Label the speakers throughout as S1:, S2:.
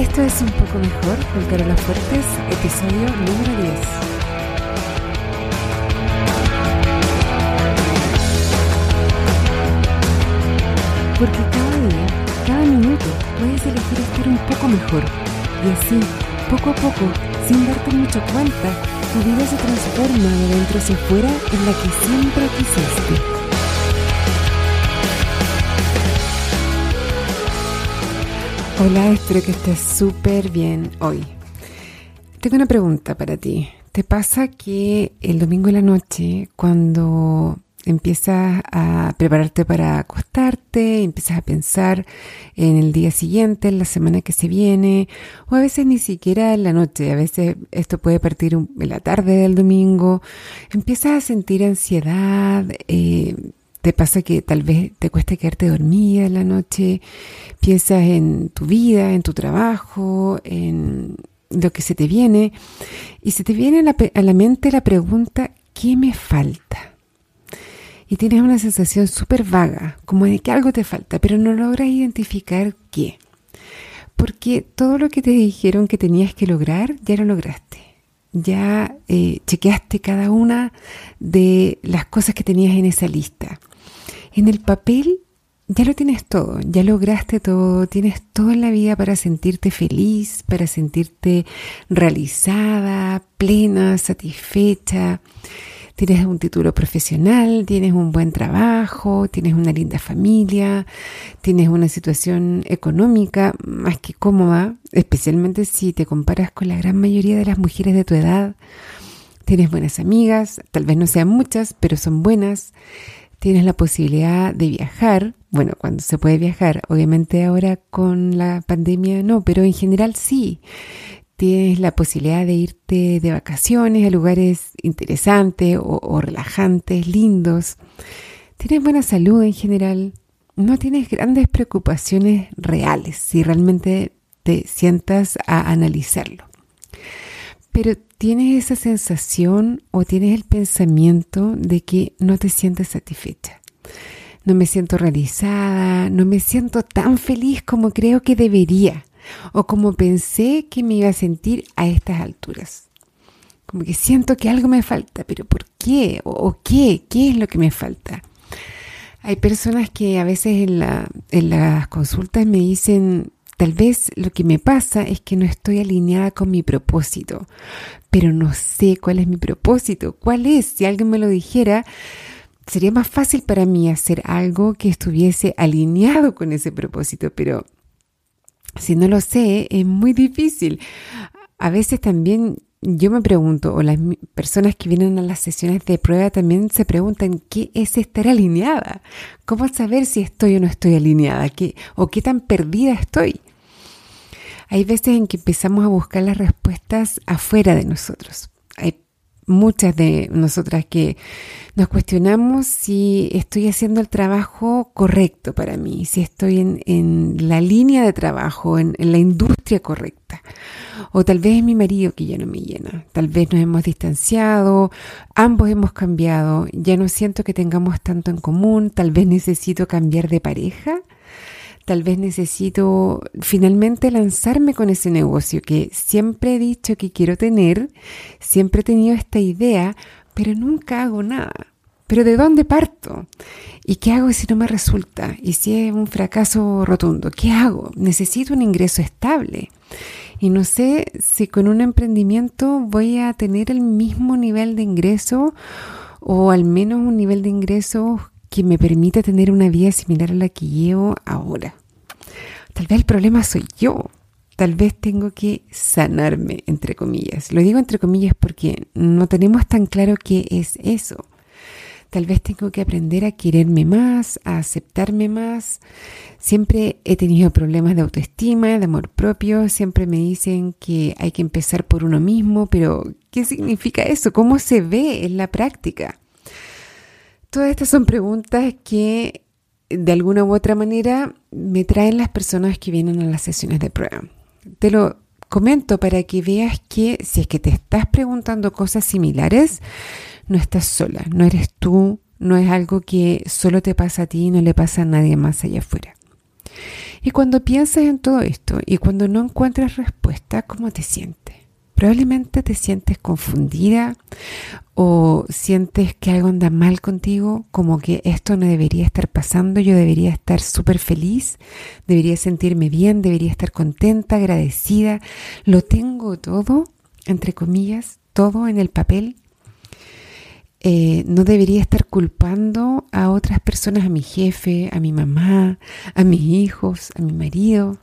S1: Esto es Un Poco Mejor con Carola Fuertes, episodio número 10. Porque cada día, cada minuto, puedes elegir estar un poco mejor. Y así, poco a poco, sin darte mucho cuenta, tu vida se transforma de dentro hacia afuera en la que siempre quisiste. Hola, espero que estés súper bien hoy. Tengo una pregunta para ti. ¿Te pasa que el domingo en la noche, cuando empiezas a prepararte para acostarte, empiezas a pensar en el día siguiente, en la semana que se viene, o a veces ni siquiera en la noche, a veces esto puede partir en la tarde del domingo, empiezas a sentir ansiedad, te pasa que tal vez te cuesta quedarte dormida en la noche, piensas en tu vida, en tu trabajo, en lo que se te viene, y se te viene a la mente la pregunta, ¿qué me falta? Y tienes una sensación súper vaga, como de que algo te falta, pero no logras identificar qué. Porque todo lo que te dijeron que tenías que lograr, ya lo lograste. Ya chequeaste cada una de las cosas que tenías en esa lista. En el papel ya lo tienes todo, ya lograste todo, tienes todo en la vida para sentirte feliz, para sentirte realizada, plena, satisfecha. Tienes un título profesional, tienes un buen trabajo, tienes una linda familia, tienes una situación económica más que cómoda, especialmente si te comparas con la gran mayoría de las mujeres de tu edad. Tienes buenas amigas, tal vez no sean muchas, pero son buenas. Tienes la posibilidad de viajar, bueno, cuando se puede viajar, obviamente ahora con la pandemia no, pero en general sí. Tienes la posibilidad de irte de vacaciones a lugares interesantes o relajantes, lindos. Tienes buena salud en general. No tienes grandes preocupaciones reales si realmente te sientas a analizarlo. Pero tienes esa sensación o tienes el pensamiento de que no te sientes satisfecha. No me siento realizada, no me siento tan feliz como creo que debería. O como pensé que me iba a sentir a estas alturas. Como que siento que algo me falta, pero ¿por qué? ¿O qué? ¿Qué es lo que me falta? Hay personas que a veces en las consultas me dicen, tal vez lo que me pasa es que no estoy alineada con mi propósito, pero no sé cuál es mi propósito. ¿Cuál es? Si alguien me lo dijera, sería más fácil para mí hacer algo que estuviese alineado con ese propósito, pero si no lo sé, es muy difícil. A veces también yo me pregunto, o las personas que vienen a las sesiones de prueba también se preguntan, ¿qué es estar alineada? ¿Cómo saber si estoy o no estoy alineada? ¿O qué tan perdida estoy? Hay veces en que empezamos a buscar las respuestas afuera de nosotros. Hay muchas de nosotras que nos cuestionamos si estoy haciendo el trabajo correcto para mí, si estoy en la línea de trabajo, en la industria correcta. O tal vez es mi marido que ya no me llena. Tal vez nos hemos distanciado, ambos hemos cambiado, ya no siento que tengamos tanto en común, tal vez necesito cambiar de pareja. Tal vez necesito finalmente lanzarme con ese negocio que siempre he dicho que quiero tener, siempre he tenido esta idea, pero nunca hago nada. ¿Pero de dónde parto? ¿Y qué hago si no me resulta? ¿Y si es un fracaso rotundo? ¿Qué hago? Necesito un ingreso estable. Y no sé si con un emprendimiento voy a tener el mismo nivel de ingreso o al menos un nivel de ingresos que me permita tener una vida similar a la que llevo ahora. Tal vez el problema soy yo. Tal vez tengo que sanarme, entre comillas. Lo digo entre comillas porque no tenemos tan claro qué es eso. Tal vez tengo que aprender a quererme más, a aceptarme más. Siempre he tenido problemas de autoestima, de amor propio. Siempre me dicen que hay que empezar por uno mismo, pero ¿qué significa eso? ¿Cómo se ve en la práctica? Todas estas son preguntas que de alguna u otra manera me traen las personas que vienen a las sesiones de prueba. Te lo comento para que veas que si es que te estás preguntando cosas similares, no estás sola, no eres tú, no es algo que solo te pasa a ti y no le pasa a nadie más allá afuera. Y cuando piensas en todo esto y cuando no encuentras respuesta, ¿cómo te sientes? Probablemente te sientes confundida o sientes que algo anda mal contigo, como que esto no debería estar pasando, yo debería estar súper feliz, debería sentirme bien, debería estar contenta, agradecida. Lo tengo todo, entre comillas, todo en el papel. No debería estar culpando a otras personas, a mi jefe, a mi mamá, a mis hijos, a mi marido.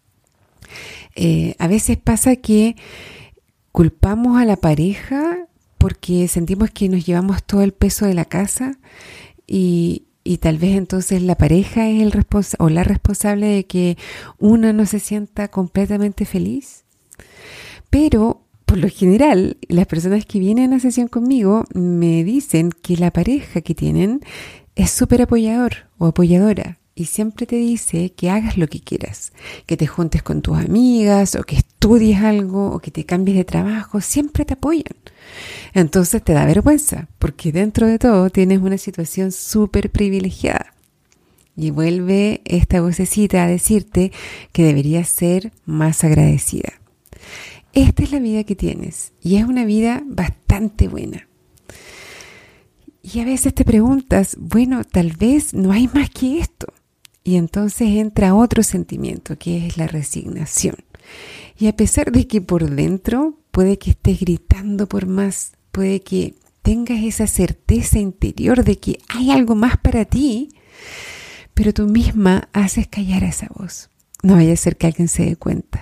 S1: A veces pasa que culpamos a la pareja porque sentimos que nos llevamos todo el peso de la casa y tal vez entonces la pareja es o la responsable de que uno no se sienta completamente feliz. Pero por lo general, las personas que vienen a sesión conmigo me dicen que la pareja que tienen es súper apoyador o apoyadora. Y siempre te dice que hagas lo que quieras, que te juntes con tus amigas o que estudies algo o que te cambies de trabajo, siempre te apoyan. Entonces te da vergüenza porque dentro de todo tienes una situación súper privilegiada. Y vuelve esta vocecita a decirte que deberías ser más agradecida. Esta es la vida que tienes y es una vida bastante buena. Y a veces te preguntas, bueno, tal vez no hay más que esto. Y entonces entra otro sentimiento, que es la resignación. Y a pesar de que por dentro puede que estés gritando por más, puede que tengas esa certeza interior de que hay algo más para ti, pero tú misma haces callar a esa voz. No vaya a ser que alguien se dé cuenta.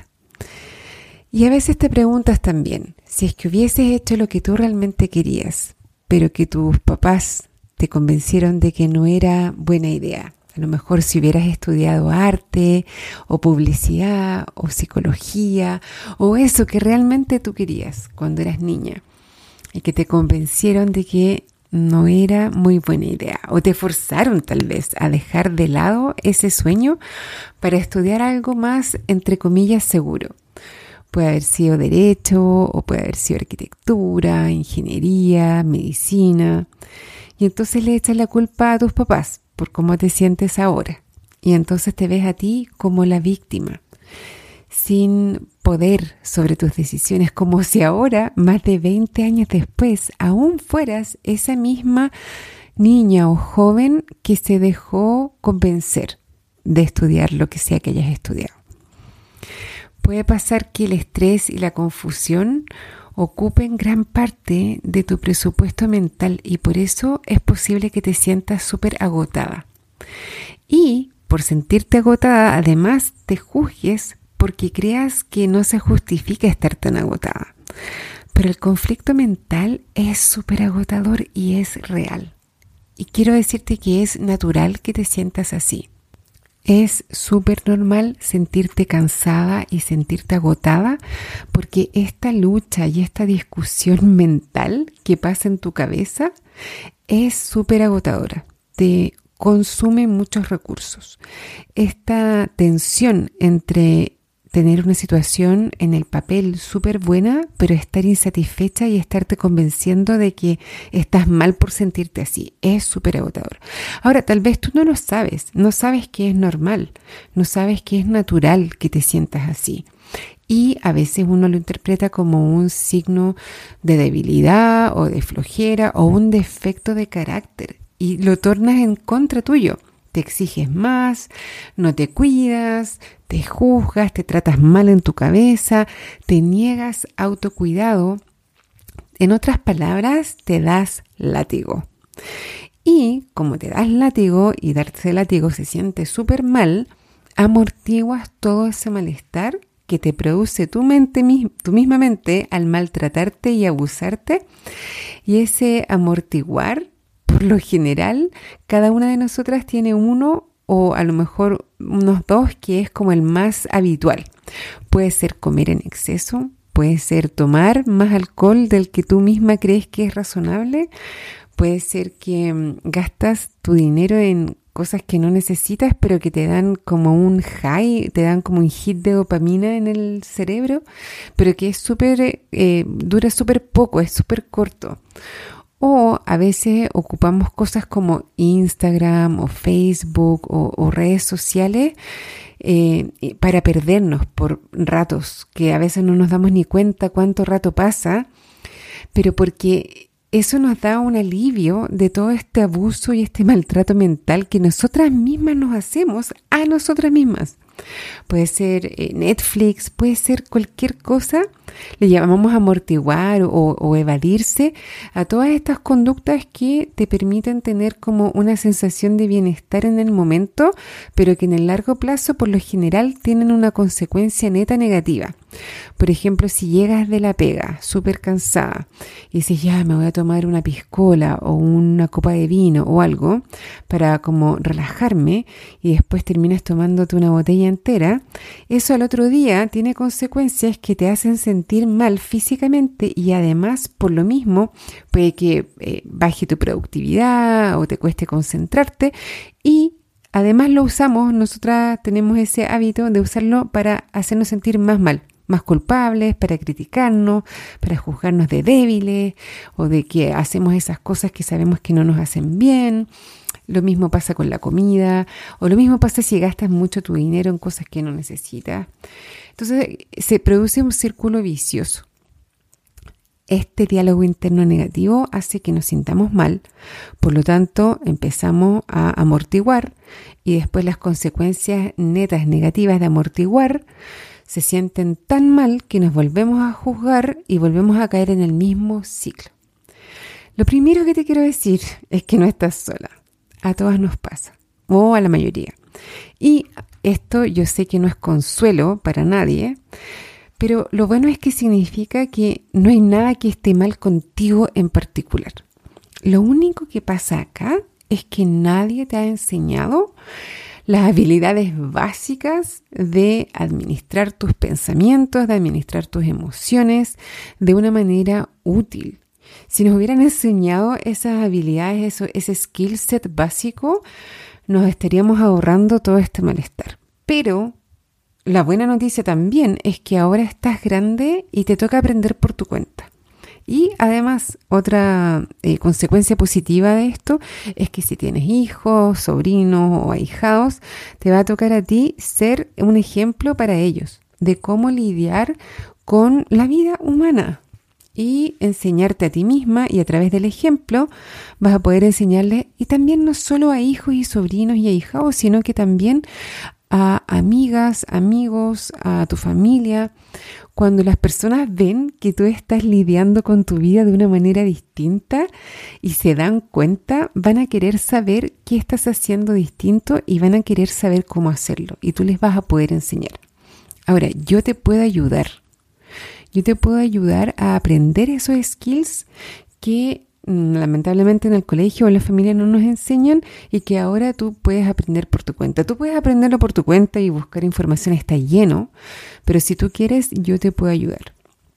S1: Y a veces te preguntas también, si es que hubieses hecho lo que tú realmente querías, pero que tus papás te convencieron de que no era buena idea. A lo mejor si hubieras estudiado arte o publicidad o psicología o eso que realmente tú querías cuando eras niña y que te convencieron de que no era muy buena idea o te forzaron tal vez a dejar de lado ese sueño para estudiar algo más, entre comillas, seguro. Puede haber sido derecho o puede haber sido arquitectura, ingeniería, medicina. Y entonces le echas la culpa a tus papás por cómo te sientes ahora. Y entonces te ves a ti como la víctima, sin poder sobre tus decisiones, como si ahora, más de 20 años después, aún fueras esa misma niña o joven que se dejó convencer de estudiar lo que sea que hayas estudiado. Puede pasar que el estrés y la confusión ocupen gran parte de tu presupuesto mental y por eso es posible que te sientas súper agotada. Y por sentirte agotada, además te juzgues porque creas que no se justifica estar tan agotada. Pero el conflicto mental es súper agotador y es real. Y quiero decirte que es natural que te sientas así. Es súper normal sentirte cansada y sentirte agotada porque esta lucha y esta discusión mental que pasa en tu cabeza es súper agotadora. Te consume muchos recursos. Esta tensión entre tener una situación en el papel súper buena, pero estar insatisfecha y estarte convenciendo de que estás mal por sentirte así. Es súper agotador. Ahora, tal vez tú no lo sabes, no sabes que es normal, no sabes que es natural que te sientas así. Y a veces uno lo interpreta como un signo de debilidad o de flojera o un defecto de carácter y lo tornas en contra tuyo. Te exiges más, no te cuidas, te juzgas, te tratas mal en tu cabeza, te niegas autocuidado. En otras palabras, te das látigo. Y como te das látigo y darse látigo se siente súper mal, amortiguas todo ese malestar que te produce tu misma mente al maltratarte y abusarte. Y ese amortiguar, por lo general, cada una de nosotras tiene uno o a lo mejor unos dos que es como el más habitual. Puede ser comer en exceso, puede ser tomar más alcohol del que tú misma crees que es razonable, puede ser que gastas tu dinero en cosas que no necesitas pero que te dan como un high, te dan como un hit de dopamina en el cerebro, pero que es dura súper poco, es súper corto. O a veces ocupamos cosas como Instagram o Facebook o redes sociales para perdernos por ratos, que a veces no nos damos ni cuenta cuánto rato pasa, pero porque eso nos da un alivio de todo este abuso y este maltrato mental que nosotras mismas nos hacemos a nosotras mismas. Puede ser Netflix, puede ser cualquier cosa. Le llamamos amortiguar o evadirse a todas estas conductas que te permiten tener como una sensación de bienestar en el momento, pero que en el largo plazo por lo general tienen una consecuencia neta negativa. Por ejemplo, si llegas de la pega súper cansada y dices, ya me voy a tomar una piscola o una copa de vino o algo para como relajarme, y después terminas tomándote una botella entera, eso al otro día tiene consecuencias que te hacen sentir mal físicamente, y además por lo mismo puede que baje tu productividad o te cueste concentrarte, y además lo usamos, nosotras tenemos ese hábito de usarlo para hacernos sentir más mal, más culpables, para criticarnos, para juzgarnos de débiles o de que hacemos esas cosas que sabemos que no nos hacen bien. Lo mismo pasa con la comida, o lo mismo pasa si gastas mucho tu dinero en cosas que no necesitas. Entonces se produce un círculo vicioso. Este diálogo interno negativo hace que nos sintamos mal, por lo tanto empezamos a amortiguar, y después las consecuencias netas negativas de amortiguar se sienten tan mal que nos volvemos a juzgar y volvemos a caer en el mismo ciclo. Lo primero que te quiero decir es que no estás sola. A todas nos pasa, o a la mayoría. Y esto yo sé que no es consuelo para nadie, pero lo bueno es que significa que no hay nada que esté mal contigo en particular. Lo único que pasa acá es que nadie te ha enseñado las habilidades básicas de administrar tus pensamientos, de administrar tus emociones de una manera útil. Si nos hubieran enseñado esas habilidades, ese skill set básico, nos estaríamos ahorrando todo este malestar. Pero la buena noticia también es que ahora estás grande y te toca aprender por tu cuenta. Y además, otra consecuencia positiva de esto es que si tienes hijos, sobrinos o ahijados, te va a tocar a ti ser un ejemplo para ellos de cómo lidiar con la vida humana y enseñarte a ti misma, y a través del ejemplo vas a poder enseñarle, y también no solo a hijos y sobrinos y ahijados, sino que también a amigas, amigos, a tu familia. Cuando las personas ven que tú estás lidiando con tu vida de una manera distinta y se dan cuenta, van a querer saber qué estás haciendo distinto y van a querer saber cómo hacerlo, y tú les vas a poder enseñar. Ahora, yo te puedo ayudar. Yo te puedo ayudar a aprender esos skills que lamentablemente en el colegio o en la familia no nos enseñan, y que ahora tú puedes aprender por tu cuenta. Tú puedes aprenderlo por tu cuenta y buscar información, está lleno, pero si tú quieres, yo te puedo ayudar.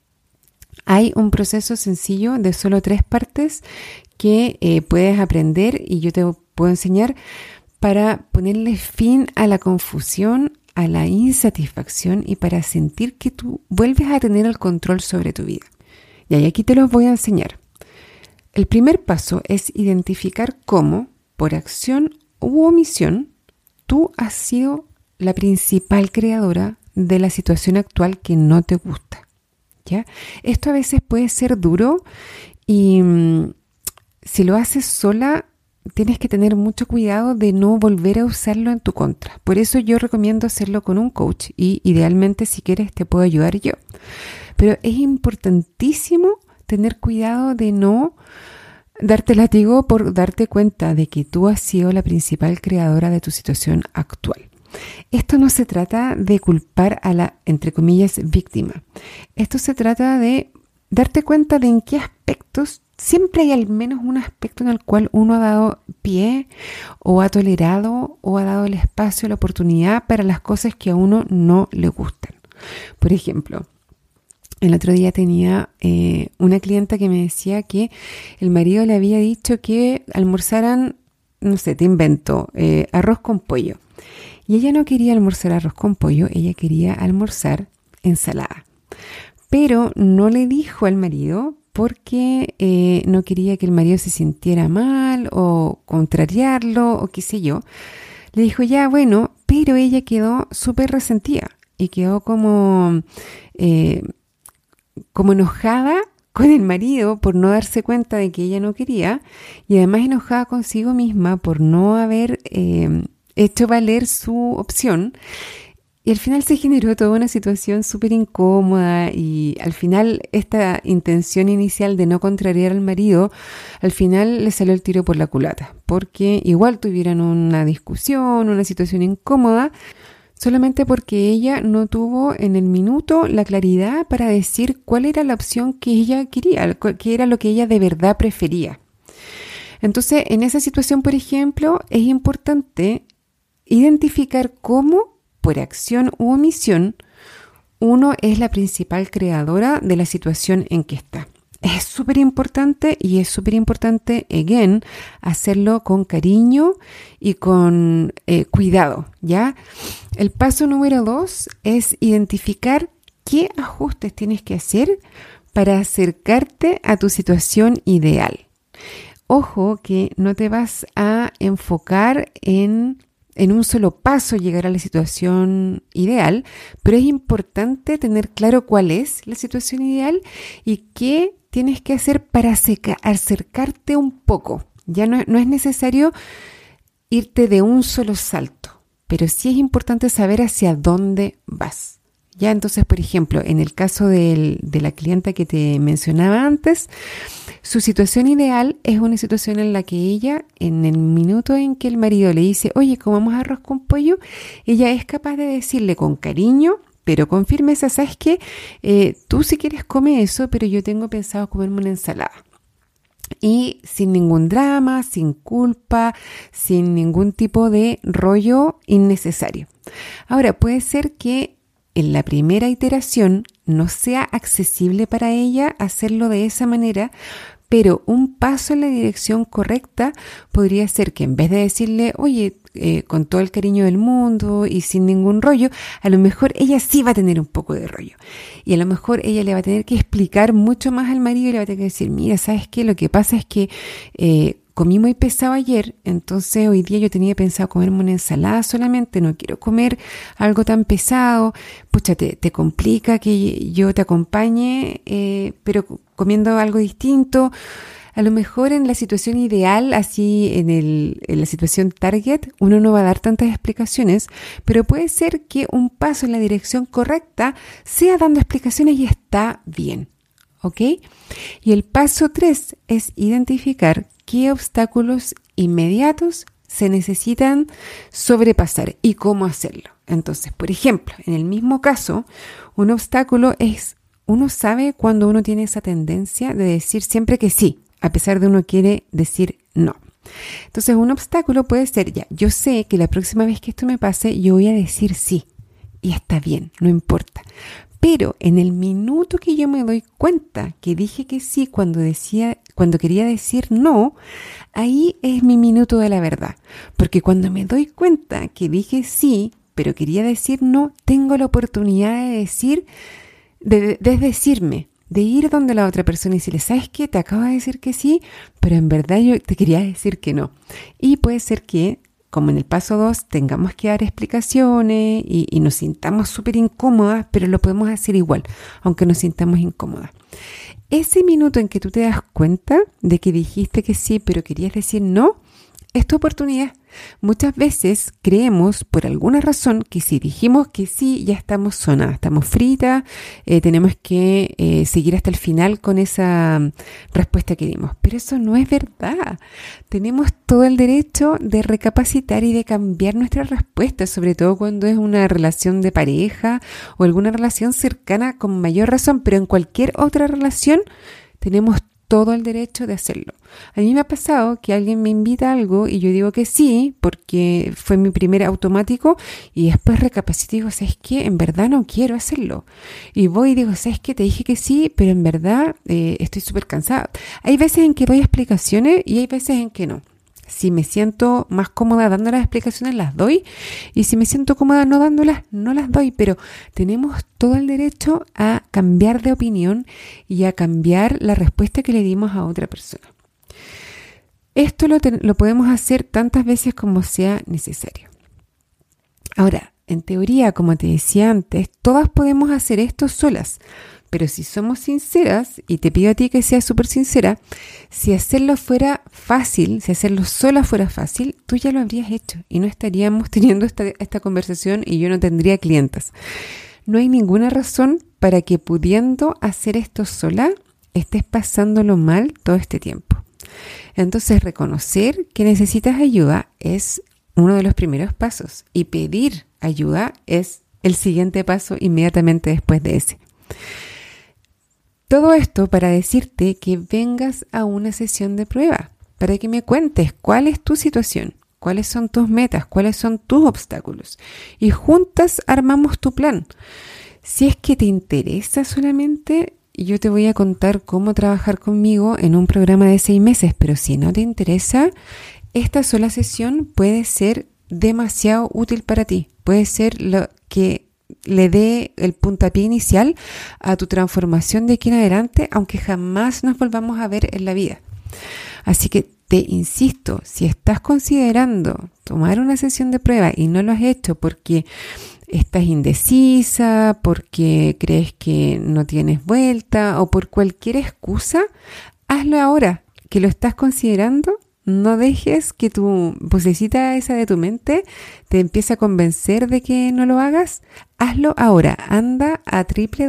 S1: Hay un proceso sencillo de solo 3 partes que puedes aprender y yo te puedo enseñar para ponerle fin a la confusión, a la insatisfacción, y para sentir que tú vuelves a tener el control sobre tu vida. Y aquí te los voy a enseñar. El primer paso es identificar cómo, por acción u omisión, tú has sido la principal creadora de la situación actual que no te gusta, ¿ya? Esto a veces puede ser duro, y si lo haces sola, tienes que tener mucho cuidado de no volver a usarlo en tu contra. Por eso yo recomiendo hacerlo con un coach, y idealmente, si quieres, te puedo ayudar yo. Pero es importantísimo tener cuidado de no darte látigo por darte cuenta de que tú has sido la principal creadora de tu situación actual. Esto no se trata de culpar a la, entre comillas, víctima. Esto se trata de darte cuenta de en qué aspectos, siempre hay al menos un aspecto en el cual uno ha dado pie, o ha tolerado, o ha dado el espacio, la oportunidad para las cosas que a uno no le gustan. Por ejemplo, el otro día tenía una clienta que me decía que el marido le había dicho que almorzaran, no sé, te invento, arroz con pollo. Y ella no quería almorzar arroz con pollo, ella quería almorzar ensalada. Pero no le dijo al marido porque no quería que el marido se sintiera mal o contrariarlo o qué sé yo. Le dijo, ya, bueno, pero ella quedó súper resentida y quedó como enojada con el marido por no darse cuenta de que ella no quería y además enojada consigo misma por no haber hecho valer su opción. Y al final se generó toda una situación súper incómoda y al final esta intención inicial de no contrariar al marido, al final le salió el tiro por la culata, porque igual tuvieron una discusión, una situación incómoda, solamente porque ella no tuvo en el minuto la claridad para decir cuál era la opción que ella quería, qué era lo que ella de verdad prefería. Entonces, en esa situación, por ejemplo, es importante identificar cómo, por acción u omisión, uno es la principal creadora de la situación en que está. Es súper importante y es súper importante, again, hacerlo con cariño y con cuidado, ¿ya? El paso número 2 es identificar qué ajustes tienes que hacer para acercarte a tu situación ideal. Ojo que no te vas a enfocar en un solo paso llegar a la situación ideal, pero es importante tener claro cuál es la situación ideal y qué tienes que hacer para acercarte un poco. Ya no es necesario irte de un solo salto, pero sí es importante saber hacia dónde vas. Ya, entonces, por ejemplo, en el caso de la clienta que te mencionaba antes, su situación ideal es una situación en la que ella, en el minuto en que el marido le dice, oye, comamos arroz con pollo, ella es capaz de decirle con cariño, pero con firmeza, ¿sabes qué? Tú si quieres come eso, pero yo tengo pensado comerme una ensalada. Y sin ningún drama, sin culpa, sin ningún tipo de rollo innecesario. Ahora, puede ser que en la primera iteración no sea accesible para ella hacerlo de esa manera, pero un paso en la dirección correcta podría ser que en vez de decirle, oye, con todo el cariño del mundo y sin ningún rollo, a lo mejor ella sí va a tener un poco de rollo. Y a lo mejor ella le va a tener que explicar mucho más al marido y le va a tener que decir, mira, ¿sabes qué? Lo que pasa es que comí muy pesado ayer, entonces hoy día yo tenía pensado comerme una ensalada solamente, no quiero comer algo tan pesado, pucha, te complica que yo te acompañe, pero comiendo algo distinto. A lo mejor en la situación ideal, así en la situación target, uno no va a dar tantas explicaciones, pero puede ser que un paso en la dirección correcta sea dando explicaciones y está bien, ¿ok? Y el paso 3 es identificar qué obstáculos inmediatos se necesitan sobrepasar y cómo hacerlo. Entonces, por ejemplo, en el mismo caso, un obstáculo es, uno sabe cuando uno tiene esa tendencia de decir siempre que sí, a pesar de uno quiere decir no. Entonces, un obstáculo puede ser, ya, yo sé que la próxima vez que esto me pase, yo voy a decir sí. Y está bien, no importa. Pero en el minuto que yo me doy cuenta que dije que sí cuando quería decir no, ahí es mi minuto de la verdad. Porque cuando me doy cuenta que dije sí, pero quería decir no, tengo la oportunidad de decirme, de ir donde la otra persona y decirle, ¿sabes qué? Te acabo de decir que sí, pero en verdad yo te quería decir que no. Y puede ser que, como en el paso 2, tengamos que dar explicaciones y nos sintamos súper incómodas, pero lo podemos hacer igual, aunque nos sintamos incómodas. Ese minuto en que tú te das cuenta de que dijiste que sí, pero querías decir no, es tu oportunidad. Muchas veces creemos, por alguna razón, que si dijimos que sí, ya estamos sonadas, estamos fritas, tenemos que seguir hasta el final con esa respuesta que dimos. Pero eso no es verdad. Tenemos todo el derecho de recapacitar y de cambiar nuestra respuesta, sobre todo cuando es una relación de pareja o alguna relación cercana con mayor razón, pero en cualquier otra relación tenemos todo el derecho de hacerlo. A mí me ha pasado que alguien me invita a algo y yo digo que sí, porque fue mi primer automático, y después recapacito y digo, ¿sabes qué? En verdad no quiero hacerlo. Y voy y digo, ¿sabes qué? Te dije que sí, pero en verdad estoy súper cansada. Hay veces en que doy explicaciones y hay veces en que no. Si me siento más cómoda dando las explicaciones, las doy. Y si me siento cómoda no dándolas, no las doy. Pero tenemos todo el derecho a cambiar de opinión y a cambiar la respuesta que le dimos a otra persona. Esto lo podemos hacer tantas veces como sea necesario. Ahora, en teoría, como te decía antes, todas podemos hacer esto solas. Pero si somos sinceras, y te pido a ti que seas súper sincera, si hacerlo fuera fácil, si hacerlo sola fuera fácil, tú ya lo habrías hecho y no estaríamos teniendo esta conversación y yo no tendría clientas. No hay ninguna razón para que pudiendo hacer esto sola, estés pasándolo mal todo este tiempo. Entonces, reconocer que necesitas ayuda es uno de los primeros pasos y pedir ayuda es el siguiente paso inmediatamente después de ese. Todo esto para decirte que vengas a una sesión de prueba, para que me cuentes cuál es tu situación, cuáles son tus metas, cuáles son tus obstáculos. Y juntas armamos tu plan. Si es que te interesa solamente, yo te voy a contar cómo trabajar conmigo en un programa de 6 meses, pero si no te interesa, esta sola sesión puede ser demasiado útil para ti. Puede ser lo que le dé el puntapié inicial a tu transformación de aquí en adelante, aunque jamás nos volvamos a ver en la vida. Así que te insisto, si estás considerando tomar una sesión de prueba y no lo has hecho porque estás indecisa, porque crees que no tienes vuelta o por cualquier excusa, hazlo ahora que lo estás considerando. No dejes que tu vocecita esa de tu mente te empiece a convencer de que no lo hagas. Hazlo ahora. Anda a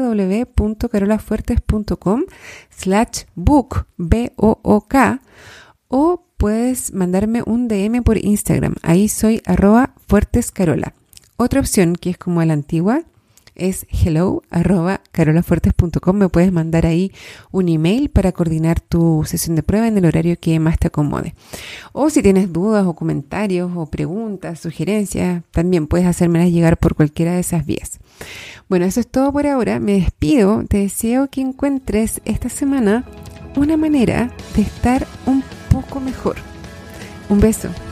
S1: www.carolafuertes.com/book, B-O-O-K, o puedes mandarme un DM por Instagram. Ahí soy @fuertescarola. Otra opción que es como a la antigua es hello@carolafuertes.com. Me puedes mandar ahí un email para coordinar tu sesión de prueba en el horario que más te acomode. O si tienes dudas o comentarios o preguntas, sugerencias, también puedes hacérmelas llegar por cualquiera de esas vías. Bueno, eso es todo por ahora. Me despido. Te deseo que encuentres esta semana una manera de estar un poco mejor. Un beso.